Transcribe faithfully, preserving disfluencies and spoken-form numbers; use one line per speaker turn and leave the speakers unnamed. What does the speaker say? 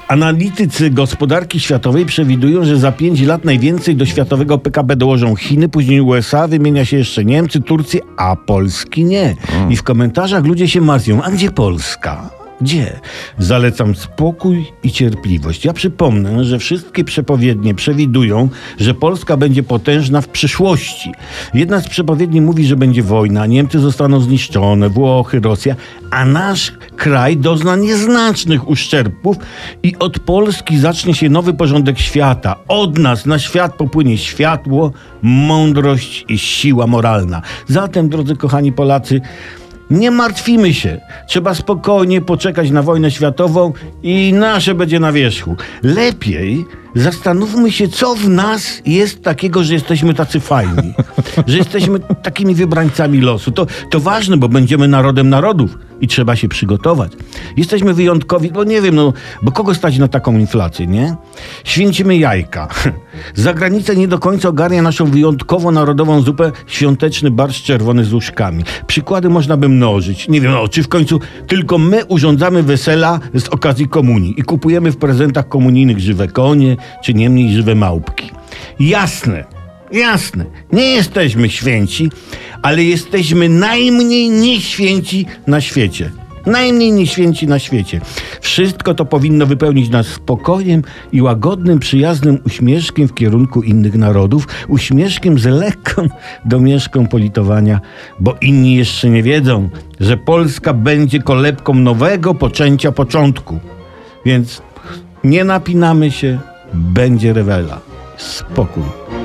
Analitycy gospodarki światowej przewidują, że za pięć lat najwięcej do światowego P K B dołożą Chiny, później U S A, wymienia się jeszcze Niemcy, Turcja, a Polski nie. I w komentarzach ludzie się martwią, a gdzie Polska? Gdzie? Zalecam spokój i cierpliwość. Ja przypomnę, że wszystkie przepowiednie przewidują, że Polska będzie potężna w przyszłości. Jedna z przepowiedni mówi, że będzie wojna, Niemcy zostaną zniszczone, Włochy, Rosja, a nasz kraj dozna nieznacznych uszczerbków i od Polski zacznie się nowy porządek świata. Od nas na świat popłynie światło, mądrość i siła moralna. Zatem, drodzy kochani Polacy, nie martwimy się. Trzeba spokojnie poczekać na wojnę światową i nasze będzie na wierzchu. Lepiej zastanówmy się, co w nas jest takiego, że jesteśmy tacy fajni. Że jesteśmy takimi wybrańcami losu. To, to ważne, bo będziemy narodem narodów i trzeba się przygotować. Jesteśmy wyjątkowi, bo nie wiem, no, bo kogo stać na taką inflację, nie? Święcimy jajka. Zagranica nie do końca ogarnia naszą wyjątkowo narodową zupę, świąteczny barszcz czerwony z łóżkami. Przykłady można by mnożyć. Nie wiem, no, czy w końcu tylko my urządzamy wesela z okazji komunii i kupujemy w prezentach komunijnych żywe konie, czy niemniej żywe małpki. Jasne, jasne, nie jesteśmy święci, ale jesteśmy najmniej nieświęci na świecie. Najmniej nieświęci na świecie. Wszystko to powinno wypełnić nas spokojem i łagodnym, przyjaznym uśmieszkiem w kierunku innych narodów, uśmieszkiem z lekką domieszką politowania, bo inni jeszcze nie wiedzą, że Polska będzie kolebką nowego poczęcia początku. Więc nie napinamy się, będzie rewela. Spokój.